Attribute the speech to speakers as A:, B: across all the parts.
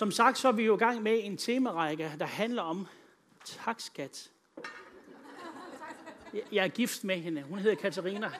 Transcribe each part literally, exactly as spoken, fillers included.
A: Som sagt, så er vi jo i gang med en temarække, der handler om tak, skat. Jeg er gift med hende. Hun hedder Katarina.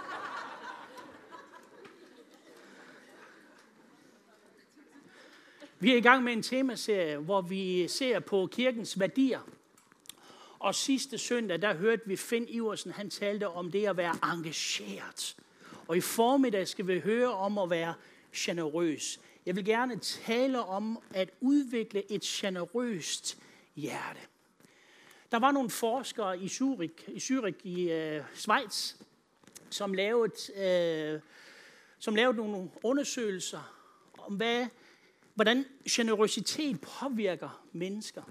A: Vi er i gang med en temaserie, hvor vi ser på kirkens værdier. Og sidste søndag, der hørte vi Finn Iversen, han talte om det at være engageret. Og i formiddag skal vi høre om at være generøs. Jeg vil gerne tale om at udvikle et generøst hjerte. Der var nogle forskere i Zürich i, Zürich, i øh, Schweiz, som lavede, øh, som lavede nogle undersøgelser om, hvad, hvordan generøsitet påvirker mennesker.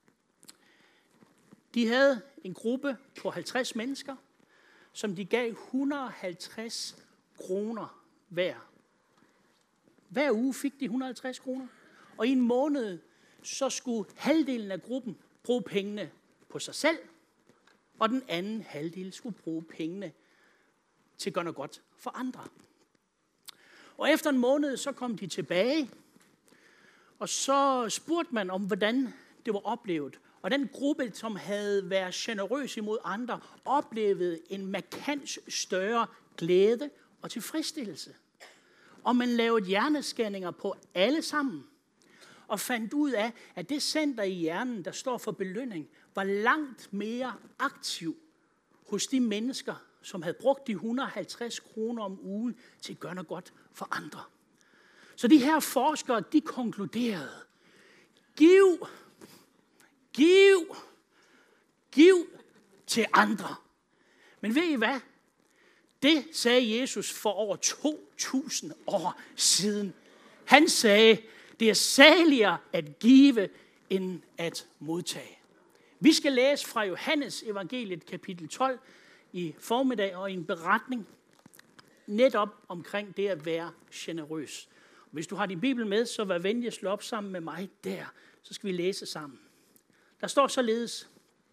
A: De havde en gruppe på halvtreds mennesker, som de gav et hundrede og halvtreds kroner hver. Hver uge fik de et hundrede og halvtreds kroner. Og i en måned, så skulle halvdelen af gruppen bruge pengene på sig selv, og den anden halvdel skulle bruge pengene til at gøre noget godt for andre. Og efter en måned, så kom de tilbage, og så spurgte man om, hvordan det var oplevet. Og den gruppe, som havde været generøs imod andre, oplevede en markant større glæde og tilfredsstillelse. Og man lavede hjernescanninger på alle sammen, og fandt ud af, at det center i hjernen, der står for belønning, var langt mere aktiv hos de mennesker, som havde brugt de et hundrede og halvtreds kroner om ugen til at gøre noget godt for andre. Så de her forskere, de konkluderede, giv, giv, giv til andre. Men ved I hvad? Det sagde Jesus for over to tusind år siden. Han sagde, det er saligere at give, end at modtage. Vi skal læse fra Johannes evangeliet kapitel tolv i formiddag og i en beretning netop omkring det at være generøs. Hvis du har din bibel med, så vær venlig at slå op sammen med mig der. Så skal vi læse sammen. Der står således.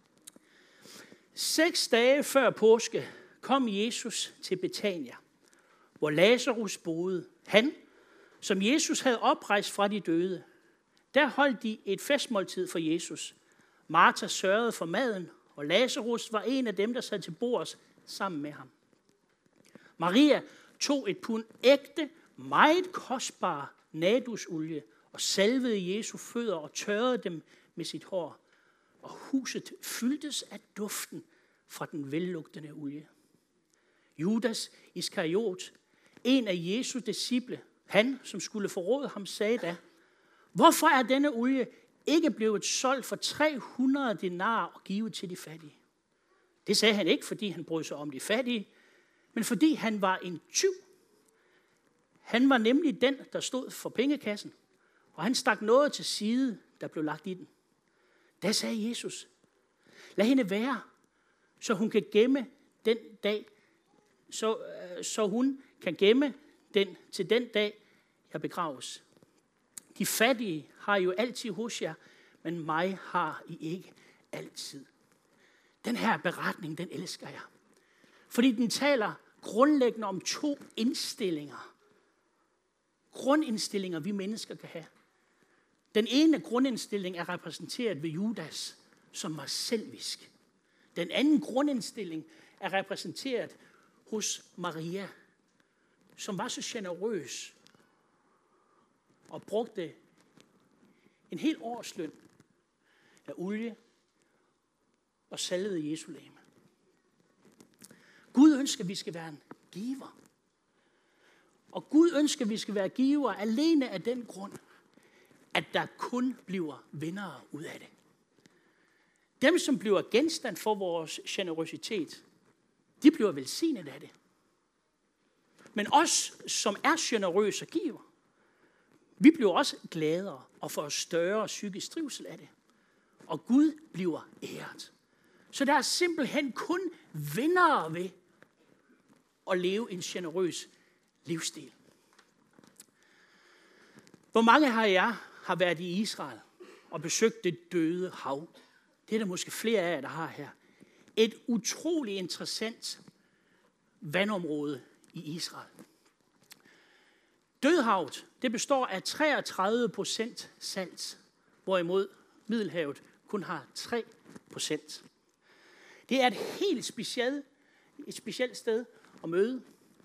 A: Seks dage før påske kom Jesus til Betania, hvor Lazarus boede. Han, som Jesus havde oprejst fra de døde. Der holdt de et festmåltid for Jesus. Martha sørgede for maden, og Lazarus var en af dem, der sad til bords sammen med ham. Maria tog et pund ægte, meget kostbar nadusolie og salvede Jesu fødder og tørrede dem med sit hår. Og huset fyldtes af duften fra den vellugtende olie. Judas Iskariot, en af Jesu disciple, han, som skulle forråde ham, sagde da, hvorfor er denne olie ikke blevet solgt for tre hundrede denar og givet til de fattige? Det sagde han ikke, fordi han brød sig om de fattige, men fordi han var en tyv. Han var nemlig den, der stod for pengekassen, og han stak noget til side, der blev lagt i den. Da sagde Jesus, lad hende være, så hun kan gemme den dag, så, øh, så hun kan gemme den til den dag, jeg begraves. De fattige har jo altid hos jer, men mig har I ikke altid. Den her beretning, den elsker jeg. Fordi den taler grundlæggende om to indstillinger. Grundindstillinger, vi mennesker kan have. Den ene grundindstilling er repræsenteret ved Judas, som var selvisk. Den anden grundindstilling er repræsenteret hos Maria, som var så generøs og brugte en hel årsløn af olie og salvede Jesu legeme. Gud ønsker, at vi skal være en giver. Og Gud ønsker, at vi skal være giver alene af den grund, at der kun bliver vindere ud af det. Dem, som bliver genstand for vores generøsitet, de bliver velsignet af det. Men os, som er generøse og giver, vi bliver også gladere og får større psykisk trivsel af det. Og Gud bliver æret. Så der er simpelthen kun vindere ved at leve en generøs livsstil. Hvor mange har jeg har været i Israel og besøgt det døde hav? Det er der måske flere af jer, der har her. Et utroligt interessant vandområde i Israel. Dødehavet, det består af treogtredive procent salt, hvorimod Middelhavet kun har tre procent. Det er et helt specielt, et specielt sted at møde.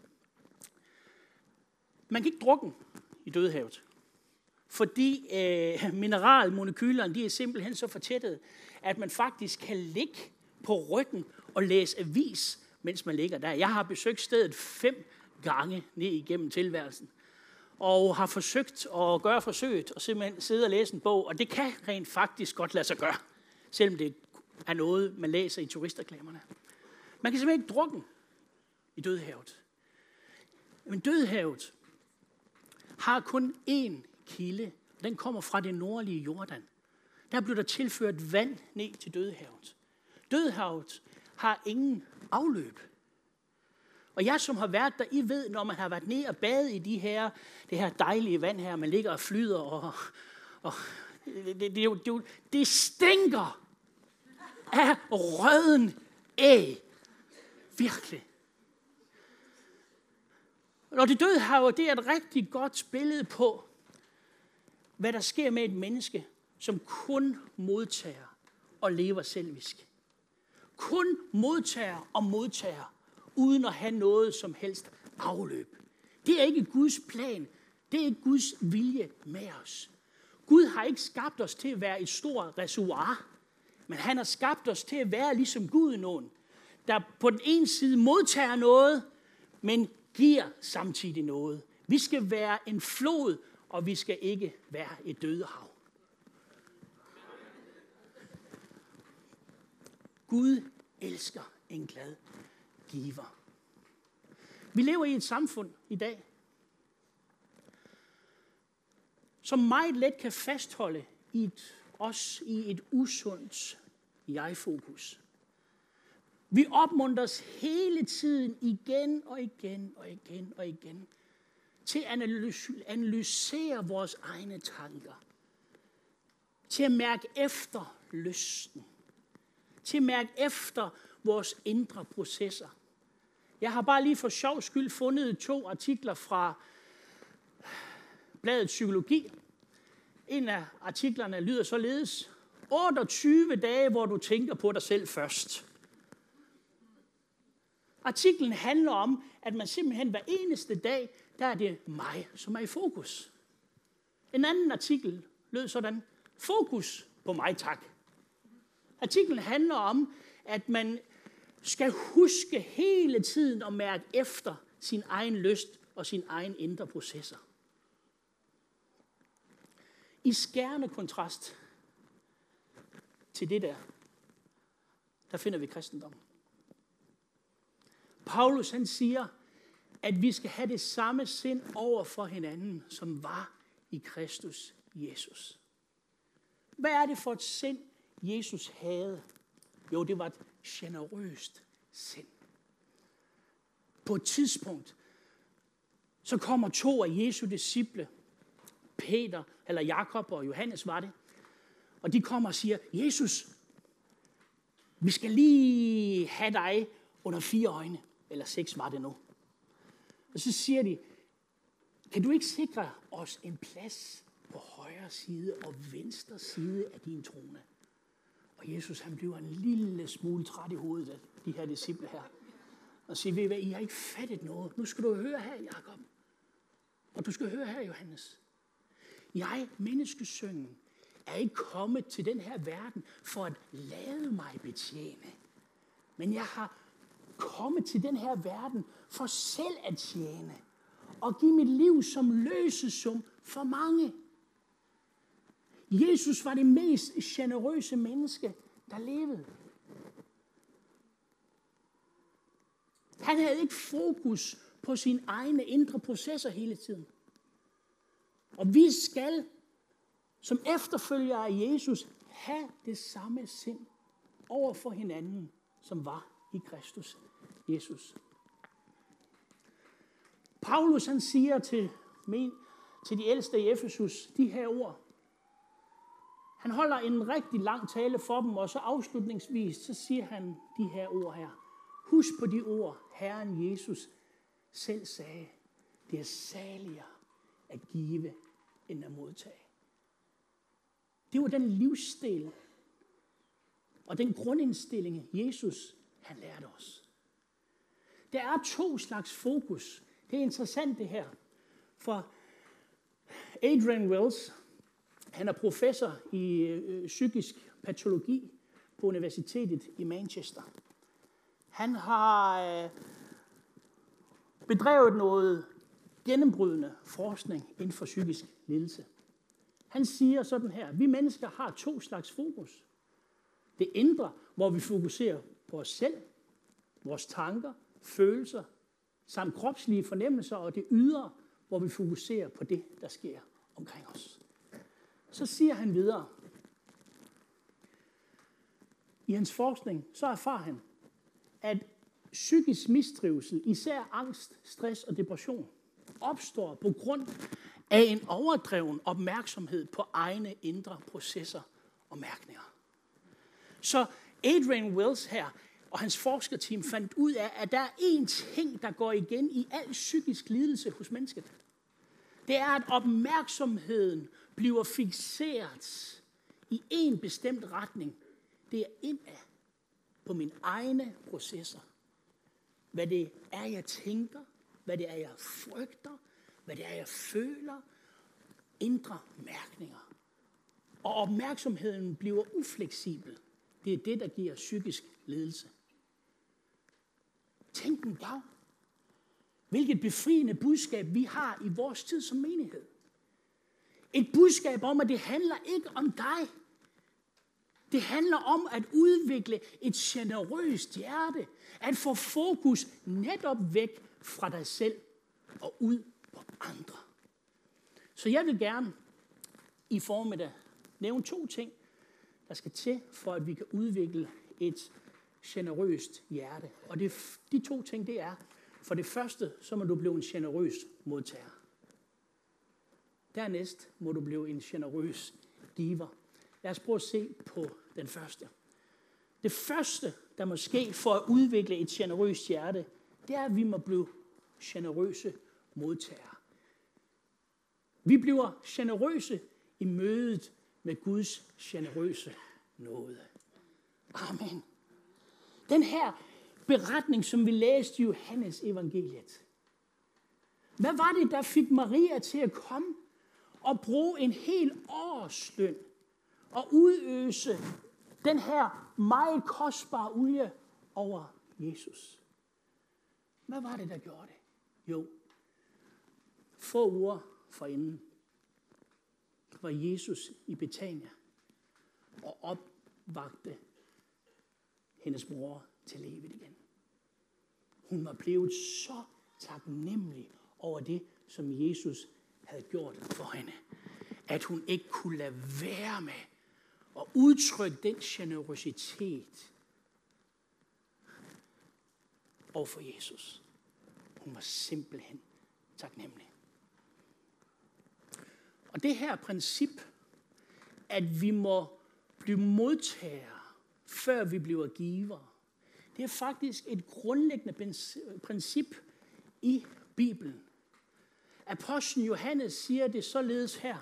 A: Man kan ikke drukke i Dødehavet, fordi øh, mineralmolekylerne de er simpelthen så fortættet, at man faktisk kan ligge på ryggen og læse avis, mens man ligger der. Jeg har besøgt stedet fem gange ned igennem tilværelsen, og har forsøgt at gøre forsøget og simpelthen sidde og læse en bog, og det kan rent faktisk godt lade sig gøre, selvom det er noget, man læser i turistreklamerne. Man kan simpelthen ikke drukke i Dødehavet. Men Dødehavet har kun én kilde. Den kommer fra det nordlige Jordan. Der blev der tilført vand ned til Dødehavet. Dødehavet har ingen afløb. Og jeg, som har været der, I ved, når man har været ned og badet i de her, det her dejlige vand her, man ligger og flyder, og, og det, det, det, det, det stinker af rødden æg. Virkelig. Og det Dødehav, det er et rigtig godt billede på, hvad der sker med et menneske, som kun modtager og lever selvisk. Kun modtager og modtager, uden at have noget som helst afløb. Det er ikke Guds plan. Det er ikke Guds vilje med os. Gud har ikke skabt os til at være et stort reservoir, men han har skabt os til at være ligesom Gudenogen, der på den ene side modtager noget, men giver samtidig noget. Vi skal være en flod, og vi skal ikke være et dødehav. Gud elsker en glad giver. Vi lever i et samfund i dag, som meget let kan fastholde i et, os i et usundt jeg-fokus. Vi opmuntres hele tiden igen og igen og igen og igen til at analysere vores egne tanker, til at mærke efter lysten, til at mærke efter vores indre processer. Jeg har bare lige for sjov skyld fundet to artikler fra bladet Psykologi. En af artiklerne lyder således: otteogtyve dage, hvor du tænker på dig selv først. Artiklen handler om, at man simpelthen hver eneste dag, der er det mig, som er i fokus. En anden artikel lød sådan: fokus på mig, tak. Artiklen handler om, at man skal huske hele tiden at mærke efter sin egen lyst og sin egen indre processer. I skærende kontrast til det der, der finder vi kristendom. Paulus han siger, at vi skal have det samme sind over for hinanden, som var i Kristus Jesus. Hvad er det for et sind, Jesus havde? Jo, det var et generøst sind. På et tidspunkt, så kommer to af Jesu disciple, Peter, eller Jakob og Johannes var det, og de kommer og siger: Jesus, vi skal lige have dig under fire øjne, eller seks var det nu. Og så siger de: kan du ikke sikre os en plads på højre side og venstre side af din trone? Og Jesus han bliver en lille smule træt i hovedet af de her disciple her. Og siger: ved I hvad, I har ikke fattet noget. Nu skal du høre her, Jakob. Og du skal høre her, Johannes. Jeg, menneskesønnen, er ikke kommet til den her verden for at lade mig betjene. Men jeg har kommet til den her verden for selv at tjene. Og give mit liv som løsesum for mange. Jesus var det mest generøse menneske, der levede. Han havde ikke fokus på sine egne indre processer hele tiden. Og vi skal, som efterfølgere af Jesus, have det samme sind over for hinanden, som var i Kristus Jesus. Paulus han siger til, men, til de ældste i Efesus de her ord. Han holder en rigtig lang tale for dem, og så afslutningsvis, så siger han de her ord her. Husk på de ord, Herren Jesus selv sagde. Det er saligere at give end at modtage. Det var den livsstil og den grundindstilling, Jesus han lærte os. Der er to slags fokus. Det er interessant det her. For Adrian Wells, han er professor i øh, psykisk patologi på Universitetet i Manchester. Han har øh, bedrevet noget gennembrydende forskning inden for psykisk lidelse. Han siger sådan her: vi mennesker har to slags fokus. Det indre, hvor vi fokuserer på os selv, vores tanker, følelser, samt kropslige fornemmelser, og det ydre, hvor vi fokuserer på det, der sker omkring os. Så siger han videre, i hans forskning, så erfarer han, at psykisk mistrivsel, især angst, stress og depression, opstår på grund af en overdreven opmærksomhed på egne indre processer og mærkninger. Så Adrian Wells her og hans forskerteam fandt ud af, at der er én ting, der går igen i al psykisk lidelse hos mennesket. Det er, at opmærksomheden bliver fikseret i en bestemt retning. Det er indad på mine egne processer. Hvad det er, jeg tænker, hvad det er, jeg frygter, hvad det er, jeg føler, indre mærkninger. Og opmærksomheden bliver ufleksibel. Det er det, der giver psykisk lidelse. Tænk en gang, hvilket befriende budskab vi har i vores tid som menighed. Et budskab om, at det handler ikke om dig. Det handler om at udvikle et generøst hjerte. At få fokus netop væk fra dig selv og ud på andre. Så jeg vil gerne i formiddag nævne to ting, der skal til, for at vi kan udvikle et generøst hjerte. Og det, de to ting, det er, for det første, så må du blive en generøs modtager. Dernæst må du blive en generøs giver. Lad os prøve at se på den første. Det første, der må ske for at udvikle et generøst hjerte, det er, at vi må blive generøse modtagere. Vi bliver generøse i mødet med Guds generøse nåde. Amen. Den her beretning, som vi læste i Johannes evangeliet. Hvad var det, der fik Maria til at komme og bruge en hel årsløn og udøse den her meget kostbare olie over Jesus? Hvad var det, der gjorde det? Jo, få uger forinden var Jesus i Betania og opvagte hendes bror til livet igen. Hun var blevet så taknemmelig over det, som Jesus havde gjort for hende, at hun ikke kunne lade være med at udtrykke den generøsitet overfor Jesus. Hun var simpelthen taknemmelig. Og det her princip, at vi må blive modtagere, før vi bliver givere, det er faktisk et grundlæggende princip i Bibelen. Apostlen Johannes siger det således her.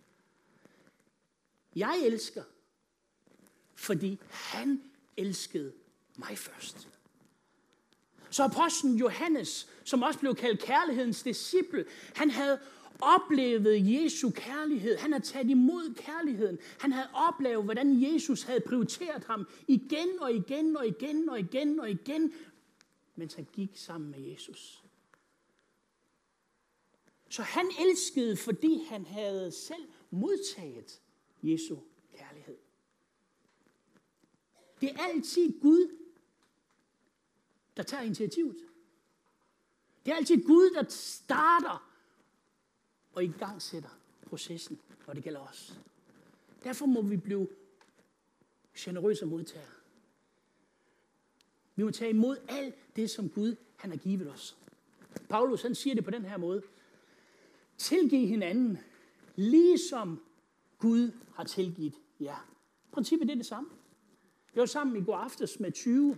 A: Jeg elsker, fordi han elskede mig først. Så apostlen Johannes, som også blev kaldt kærlighedens disciple, han havde oplevet Jesu kærlighed. Han havde taget imod kærligheden. Han havde oplevet, hvordan Jesus havde prioriteret ham igen og igen og igen og igen og igen, mens han gik sammen med Jesus. Så han elskede, fordi han havde selv modtaget Jesu kærlighed. Det er altid Gud, der tager initiativet. Det er altid Gud, der starter og i gang sætter processen, når det gælder os. Derfor må vi blive generøse modtagere. Vi må tage imod alt det, som Gud han har givet os. Paulus han siger det på den her måde. Tilgiv hinanden, ligesom Gud har tilgivet jer. Princippet er det samme. Jeg var sammen i går aftes med tyve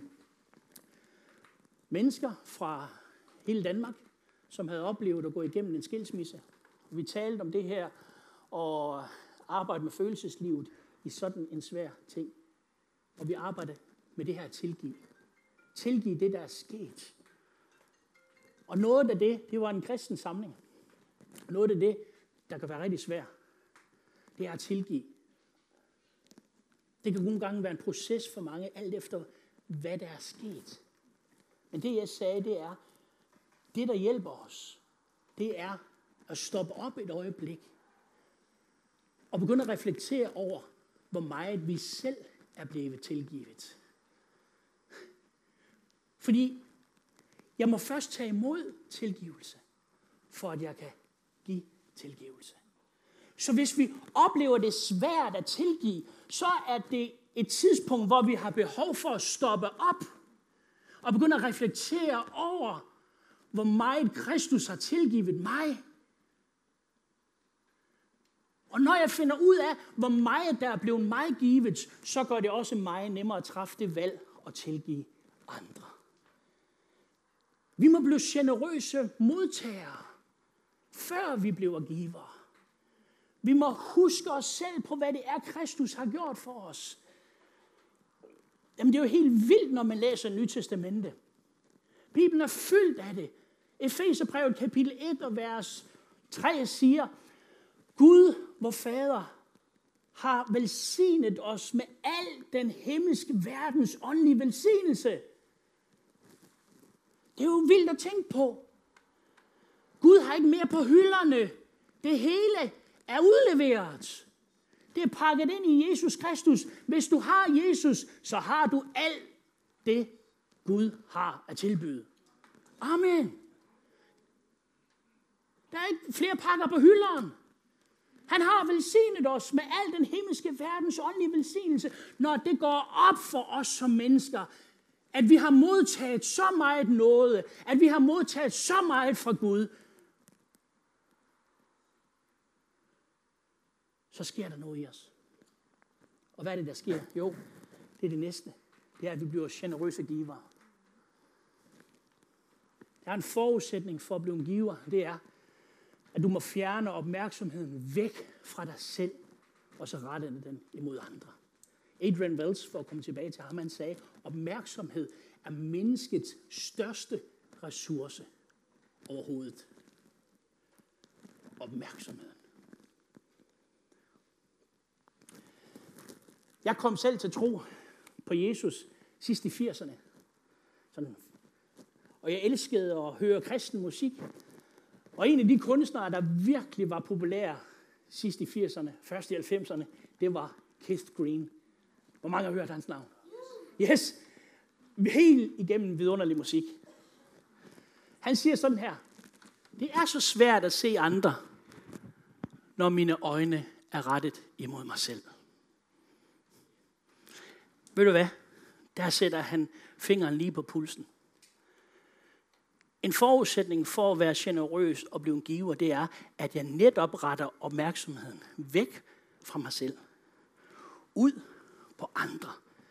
A: mennesker fra hele Danmark, som havde oplevet at gå igennem en skilsmisse. Vi talte om det her, og arbejde med følelseslivet i sådan en svær ting. Og vi arbejder med det her tilgive. Tilgive det, der er sket. Og noget af det, det var en kristen samling. Noget af det, der kan være rigtig svært, det er at tilgive. Det kan nogle gange være en proces for mange, alt efter hvad der er sket. Men det jeg sagde, det er, det der hjælper os, det er at stoppe op et øjeblik. Og begynde at reflektere over, hvor meget vi selv er blevet tilgivet. Fordi jeg må først tage imod tilgivelse, for at jeg kan give tilgivelse. Så hvis vi oplever det svært at tilgive, så er det et tidspunkt, hvor vi har behov for at stoppe op og begynde at reflektere over, hvor meget Kristus har tilgivet mig. Og når jeg finder ud af, hvor meget der er blevet mig givet, så gør det også mig nemmere at træffe det valg og tilgive andre. Vi må blive generøse modtagere, før vi bliver givere. Vi må huske os selv på, hvad det er, Kristus har gjort for os. Jamen, det er jo helt vildt, når man læser Nye Testamente. Bibelen er fyldt af det. Efeserbrevet kapitel et og vers tre siger, Gud, vor Fader, har velsignet os med al den himmelske verdens åndelige velsignelse. Det er jo vildt at tænke på. Gud har ikke mere på hylderne. Det hele er udleveret. Det er pakket ind i Jesus Kristus. Hvis du har Jesus, så har du alt det, Gud har at tilbyde. Amen. Der er ikke flere pakker på hylderen. Han har velsignet os med al den himmelske verdens åndelige velsignelse, når det går op for os som mennesker, at vi har modtaget så meget nåde, at vi har modtaget så meget fra Gud, så sker der noget i os. Og hvad er det, der sker? Jo, det er det næste. Det er, at vi bliver generøse givere. Der er en forudsætning for at blive en giver. Det er, at du må fjerne opmærksomheden væk fra dig selv, og så rette den imod andre. Adrian Wells, for at komme tilbage til ham, han sagde, opmærksomhed er menneskets største ressource overhovedet. Opmærksomheden. Jeg kom selv til tro på Jesus sidst i firserne. Sådan. Og jeg elskede at høre kristen musik. Og en af de kunstnere, der virkelig var populære sidst i firserne, først i halvfemserne, det var Keith Green. Hvor mange har hørt hans navn? Yes! Helt igennem vidunderlig musik. Han siger sådan her, det er så svært at se andre, når mine øjne er rettet imod mig selv. Ved du hvad? Der sætter han fingeren lige på pulsen. En forudsætning for at være generøs og blive en giver, det er, at jeg netop retter opmærksomheden væk fra mig selv. Ud på andre.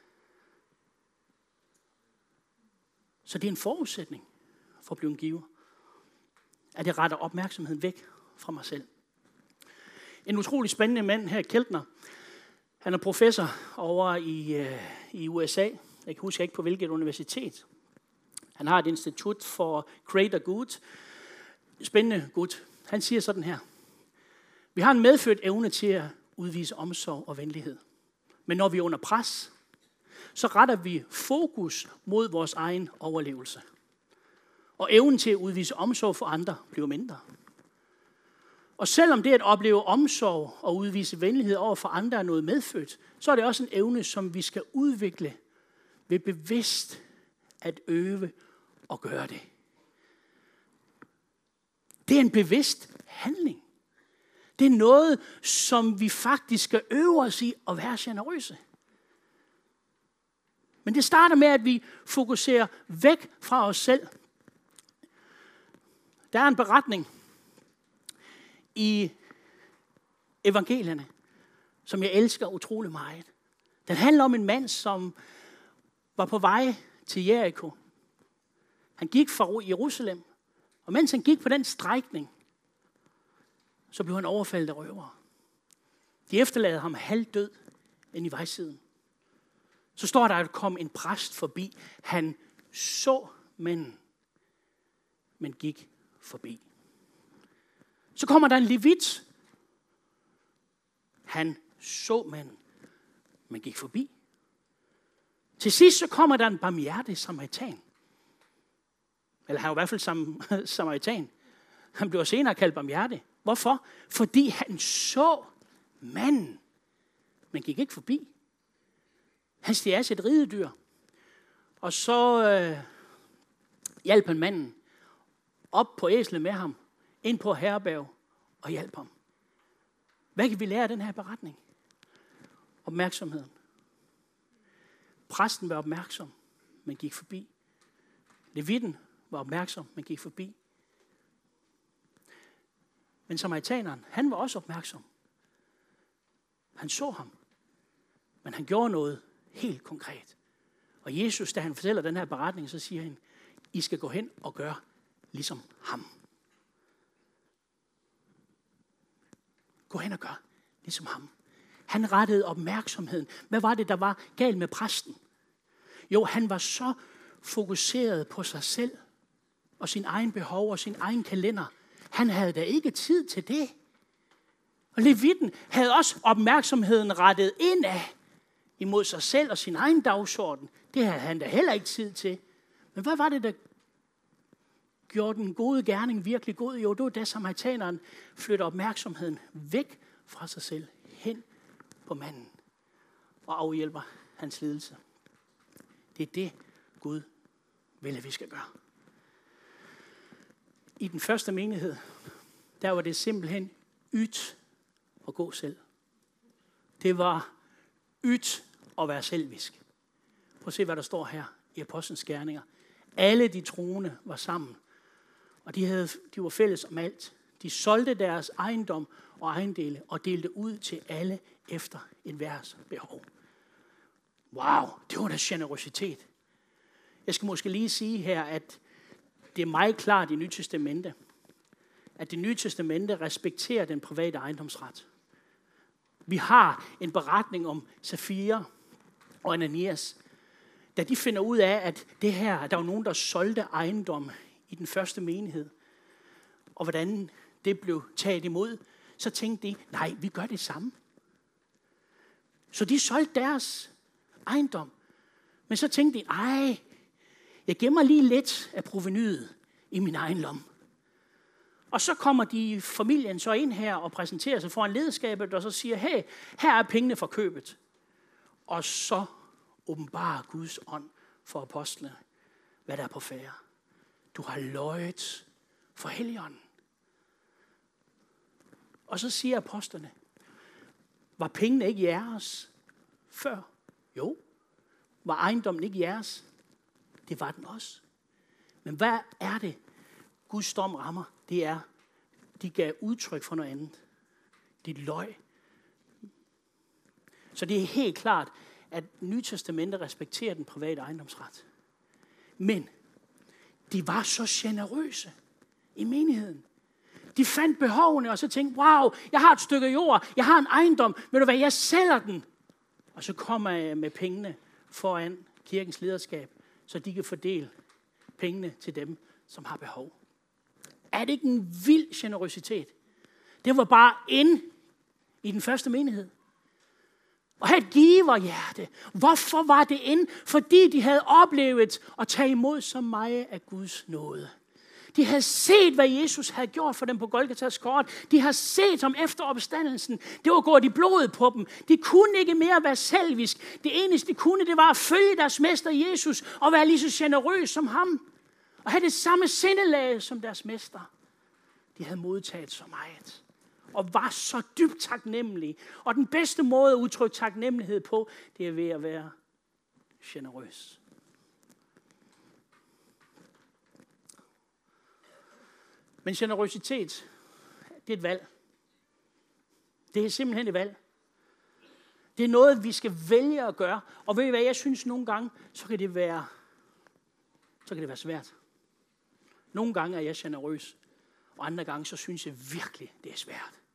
A: Så det er en forudsætning for at blive en giver. At jeg retter opmærksomheden væk fra mig selv. En utrolig spændende mand her, Keltner. Han er professor over i, øh, i U S A. Jeg kan huske ikke på hvilket universitet. Han har et institut for Greater Good. Spændende gut. Han siger sådan her. Vi har en medfødt evne til at udvise omsorg og venlighed. Men når vi er under pres, så retter vi fokus mod vores egen overlevelse. Og evnen til at udvise omsorg for andre bliver mindre. Og selvom det at opleve omsorg og udvise venlighed over for andre er noget medfødt, så er det også en evne, som vi skal udvikle ved bevidst at øve og gøre det. Det er en bevidst handling. Det er noget, som vi faktisk skal øve os i at være generøse. Men det starter med, at vi fokuserer væk fra os selv. Der er en beretning i evangelierne, som jeg elsker utrolig meget. Den handler om en mand, som var på vej til Jericho. Han gik fra Jerusalem, og mens han gik på den strækning, så blev han overfaldet af røvere. De efterlader ham halvdød inde i vejsiden. Så står der, at der kom en præst forbi. Han så manden, men gik forbi. Så kommer der en levit. Han så manden, men gik forbi. Til sidst så kommer der en barmhjertig samaritan. Eller han var i hvert fald sam, samaritan. Han blev senere kaldt barmhjertig. Hvorfor? Fordi han så manden, men gik ikke forbi. Han steg af et ridedyr. Og så øh, hjalp han manden op på æslet med ham, ind på herberg og hjalp ham. Hvad kan vi lære af den her beretning? Opmærksomheden. Præsten var opmærksom, men gik forbi. Levitten var opmærksom, men gik forbi. Men samaritaneren, han var også opmærksom. Han så ham, men han gjorde noget helt konkret. Og Jesus, da han fortæller den her beretning, så siger han, I skal gå hen og gøre ligesom ham. Gå hen og gør ligesom ham. Han rettede opmærksomheden. Hvad var det, der var galt med præsten? Jo, han var så fokuseret på sig selv og sin egen behov og sin egen kalender. Han havde da ikke tid til det. Og levitten havde også opmærksomheden rettet indad imod sig selv og sin egen dagsorden. Det havde han da heller ikke tid til. Men hvad var det, der gjorde den gode gerning virkelig god? Jo, det var da samaritaneren flytter opmærksomheden væk fra sig selv, hen på manden og afhjælper hans lidelse. Det er det, Gud vil, at vi skal gøre. I den første menighed, der var det simpelthen ydt at gå selv. Det var ydt at være selvisk. Prøv at se, hvad der står her i Apostlenes Gerninger. Alle de troende var sammen, og de, havde, de var fælles om alt. De solgte deres ejendom og ejendele og delte ud til alle efter enhvers behov. Wow, det var da generøsitet. Jeg skal måske lige sige her, at det er meget klart i Nye Testamente, at det Nye Testamente respekterer den private ejendomsret. Vi har en beretning om Safira og Ananias, da de finder ud af, at det her, der var nogen, der solgte ejendom i den første menighed, og hvordan det blev taget imod, så tænkte de, nej, vi gør det samme. Så de solgte deres ejendom. Men så tænkte de, ej, jeg gemmer lige lidt af provenyet i min egen lomme. Og så kommer de familien så ind her og præsenterer sig foran lederskabet, og så siger, hey, her er pengene for købet. Og så åbenbarer Guds ånd for apostlene, hvad der er på færde. Du har løjet for Helligånden. Og så siger apostlene, var pengene ikke jeres før? Jo. Var ejendommen ikke jeres? Det var den også. Men hvad er det, Guds dom rammer? Det er, de gav udtryk for noget andet. De løg. Så det er helt klart, at Nye Testamentet respekterer den private ejendomsret. Men de var så generøse i menigheden. De fandt behovene, og så tænkte, wow, jeg har et stykke jord, jeg har en ejendom, ved du hvad, jeg sælger den. Og så kommer jeg med pengene foran kirkens lederskab, så de kan fordele pengene til dem, som har behov. Er det ikke en vild generøsitet? Det var bare ind i den første menighed. Og have et giverhjerte. Hvorfor var det ind? Fordi de havde oplevet at tage imod så meget af Guds nåde. De havde set, hvad Jesus havde gjort for dem på Golgatas kors. De har set ham efter opstandelsen. Det var gået i blodet på dem. De kunne ikke mere være selvisk. Det eneste, de kunne, det var at følge deres mester Jesus og være lige så generøs som ham. Og have det samme sindelag som deres mester. De havde modtaget så meget. Og var så dybt taknemmelige. Og den bedste måde at udtrykke taknemmelighed på, det er ved at være generøs. Men generøsitet, det er et valg. Det er simpelthen et valg. Det er noget, vi skal vælge at gøre. Og ved I hvad, jeg synes nogle gange, så kan det være, så kan det være svært. Nogle gange er jeg generøs, og andre gange, så synes jeg virkelig, det er svært.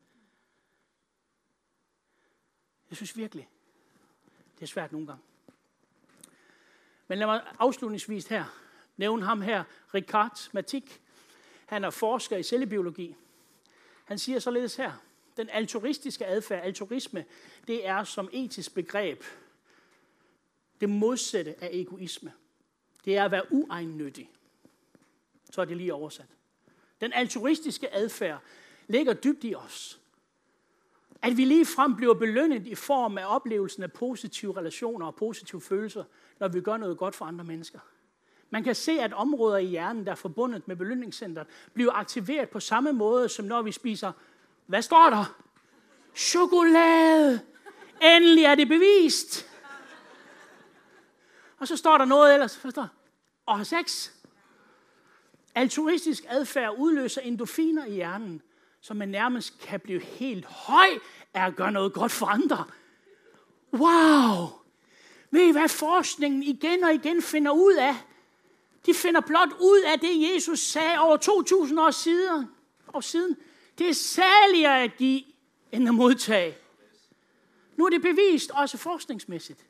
A: Jeg synes virkelig, det er svært nogle gange. Men lad mig afslutningsvis her nævne ham her, Ricard Matik. Han er forsker i cellebiologi. Han siger således her: den altruistiske adfærd, altruisme, det er som etisk begreb det modsatte af egoisme. Det er at være uegennyttig. Så er det lige oversat. Den altruistiske adfærd ligger dybt i os. At vi lige frem bliver belønnet i form af oplevelsen af positive relationer og positive følelser, når vi gør noget godt for andre mennesker. Man kan se, at områder i hjernen, der er forbundet med belønningscentret, bliver aktiveret på samme måde, som når vi spiser, hvad står der? Chokolade! Endelig er det bevist! Og så står der noget ellers, forstår du? Og sex. Altruistisk adfærd udløser endorfiner i hjernen, så man nærmest kan blive helt høj af at gøre noget godt for andre. Wow! Ved I, hvad forskningen igen og igen finder ud af? De finder blot ud af det, Jesus sagde over to tusind år siden. år siden. Det er særligere at give, end at modtage. Nu er det bevist, også forskningsmæssigt.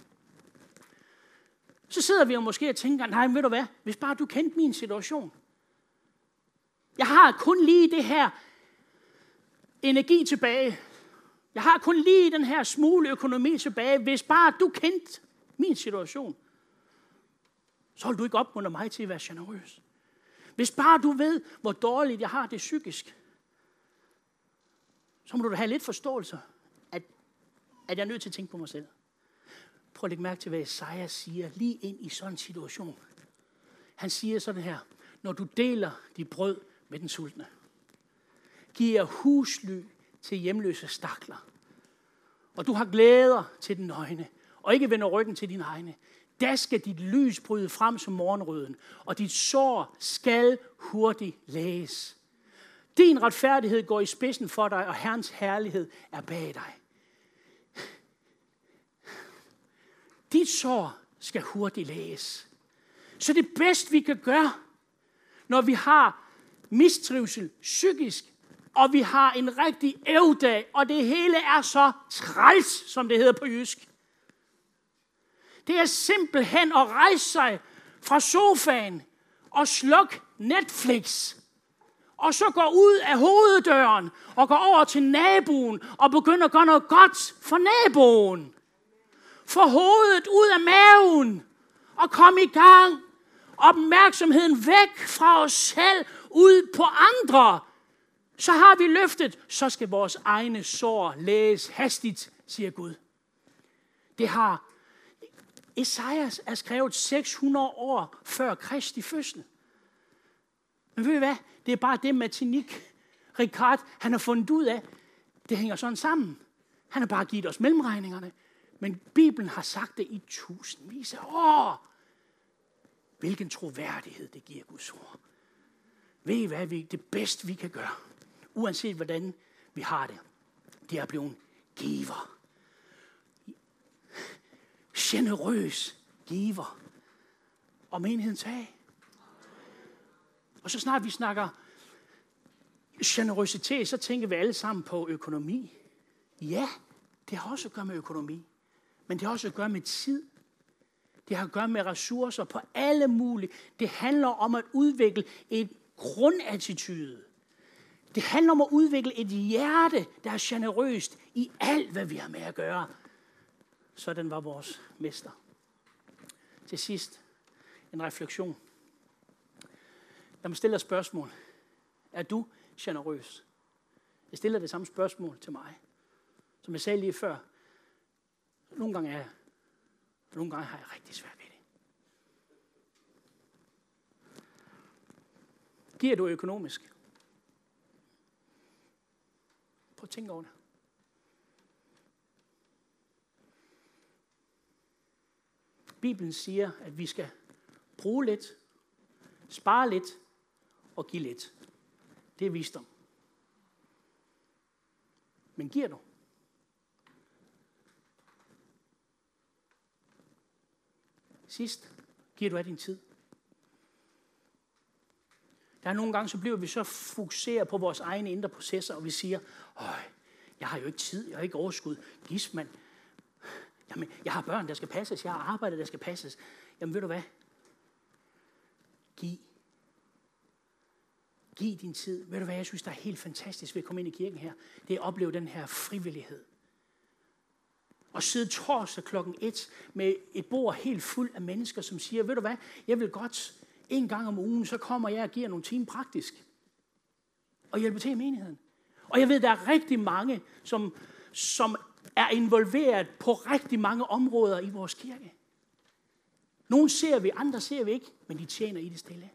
A: Så sidder vi jo måske og tænker, nej, ved du hvad, hvis bare du kendte min situation. Jeg har kun lige det her energi tilbage. Jeg har kun lige den her smule økonomi tilbage. Hvis bare du kendte min situation, så vil du ikke opmuntre mig til at være generøs. Hvis bare du ved, hvor dårligt jeg har det psykisk, så må du have lidt forståelse, at, at jeg er nødt til at tænke på mig selv. Prøv at lægge mærke til, hvad Esajas siger lige ind i sådan en situation. Han siger sådan her: når du deler dit brød med den sultne, giver husly til hjemløse stakler, og du har glæder til den nøgne, og ikke vender ryggen til din egne, da skal dit lys bryde frem som morgenrøden, og dit sår skal hurtigt læges. Din retfærdighed går i spidsen for dig, og Herrens herlighed er bag dig. Dit sår skal hurtigt læges. Så det bedste, vi kan gøre, når vi har mistrivsel psykisk, og vi har en rigtig ævdag, og det hele er så træls, som det hedder på jysk. Det er simpelthen at rejse sig fra sofaen og slukke Netflix, og så gå ud af hoveddøren og gå over til naboen og begynde at gøre noget godt for naboen. Få hovedet ud af maven og komme i gang. Opmærksomheden væk fra os selv, ud på andre. Så har vi løftet, så skal vores egne sår læges hastigt, siger Gud. Det har Esajas er skrevet seks hundrede år før Kristi fødsel. Men ved I hvad? Det er bare det, Matinik, Ricard, han har fundet ud af. Det hænger sådan sammen. Han har bare givet os mellemregningerne. Men Bibelen har sagt det i tusindvis af år. Hvilken troværdighed det giver Guds ord. Ved I hvad? Vi, det bedste vi kan gøre, uanset hvordan vi har det, det er at blive en giver. Generøs giver. Og menigheden tag. Og så snart vi snakker generøsitet, så tænker vi alle sammen på økonomi. Ja, det har også at gøre med økonomi. Men det har også at gøre med tid. Det har at gøre med ressourcer på alle mulige. Det handler om at udvikle et grundattitude. Det handler om at udvikle et hjerte, der er generøst i alt, hvad vi har med at gøre. Sådan var vores mester. Til sidst en refleksion. Lad mig stille et spørgsmål. Er du generøs? Jeg stiller det samme spørgsmål til mig. Som jeg sagde lige før. Nogle gange er jeg. Nogle gange har jeg rigtig svært ved det. Giver du økonomisk? Prøv at tænke over det. Bibelen siger, at vi skal bruge lidt, spare lidt og give lidt. Det er visdom. Men giver du? Sidst giver du af din tid. Der er nogle gange, så bliver vi så fokuseret på vores egne indre processer, og vi siger, øj, Jeg har jo ikke tid, jeg har ikke overskud. Gismand, jamen, jeg har børn, der skal passes, jeg har arbejde, der skal passes. Jamen ved du hvad? Giv. Giv din tid. Ved du hvad, jeg synes, der er helt fantastisk ved at komme ind i kirken her? Det er at opleve den her frivillighed. Og sidde torsdag klokken et med et bord helt fuld af mennesker, som siger, ved du hvad, jeg vil godt en gang om ugen, så kommer jeg og giver nogle timer praktisk. Og hjælper til i menigheden. Og jeg ved, der er rigtig mange, som, som er involveret på rigtig mange områder i vores kirke. Nogle ser vi, andre ser vi ikke, men de tjener i det stille.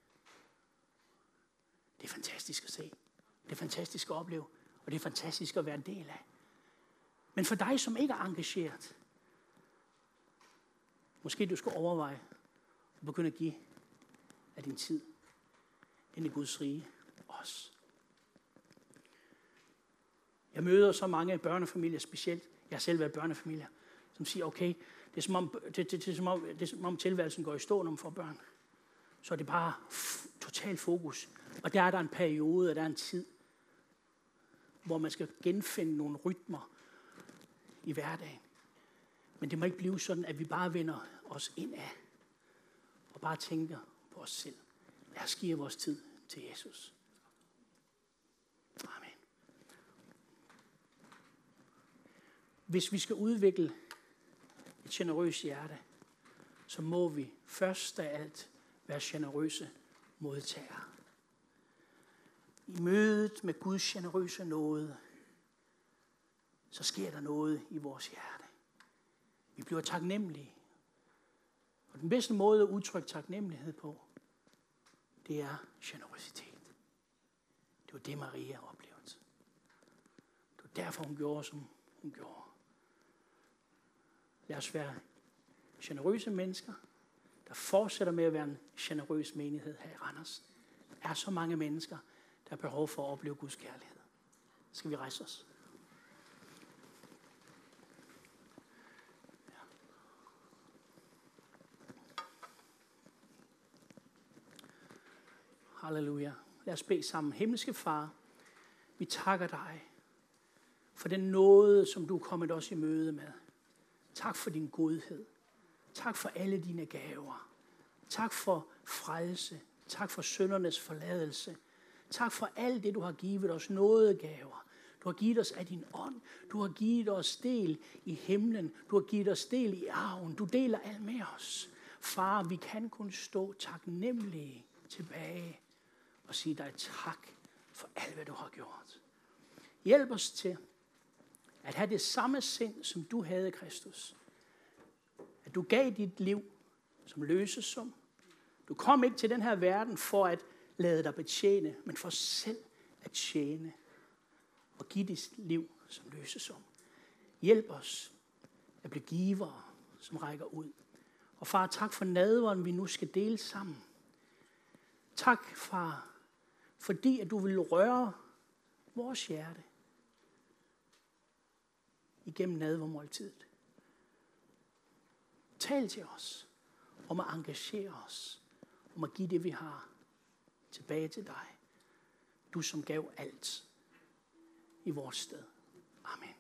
A: Det er fantastisk at se. Det er fantastisk at opleve. Og det er fantastisk at være en del af. Men for dig, som ikke er engageret, måske du skal overveje at begynde at give af din tid ind i Guds rige også. Jeg møder så mange børnefamilier specielt. Jeg har selv været børnefamilier, som siger, okay, det er som om, det, det, det er som om, det er som om tilværelsen går i stå, når man får børn. Så er det bare f- total fokus. Og der er der en periode, og der er en tid, hvor man skal genfinde nogle rytmer i hverdagen. Men det må ikke blive sådan, at vi bare vender os indad og bare tænker på os selv. Lad os give vores tid til Jesus. Amen. Hvis vi skal udvikle et generøst hjerte, så må vi først af alt være generøse modtagere. I mødet med Guds generøse nåde, så sker der noget i vores hjerte. Vi bliver taknemmelige. Og den bedste måde at udtrykke taknemmelighed på, det er generøsitet. Det var det, Maria oplevede. Det var derfor, hun gjorde, som hun gjorde. Lad os være generøse mennesker, der fortsætter med at være en generøs menighed her i Randers. Der er så mange mennesker, der har behov for at opleve Guds kærlighed. Skal vi rejse os? Ja. Halleluja. Lad os bede sammen. Himmelske Far, vi takker dig for den nåde, som du er kommet os i møde med. Tak for din godhed. Tak for alle dine gaver. Tak for frelse. Tak for syndernes forladelse. Tak for alt det, du har givet os nådegaver. Du har givet os af din ånd. Du har givet os del i himlen. Du har givet os del i arven. Du deler alt med os. Far, vi kan kun stå taknemmelige tilbage og sige dig tak for alt, hvad du har gjort. Hjælp os til at have det samme sind, som du havde, Kristus. At du gav dit liv som løsesum. Du kom ikke til den her verden for at lade dig betjene, men for selv at tjene og give dit liv som løsesum. Hjælp os at blive givere, som rækker ud. Og far, tak for nadveren, vi nu skal dele sammen. Tak, far, fordi at du vil røre vores hjerte igennem nadvermåltidet. Tal til os om at engagere os, om at give det, vi har, tilbage til dig. Du, som gav alt i vores sted. Amen.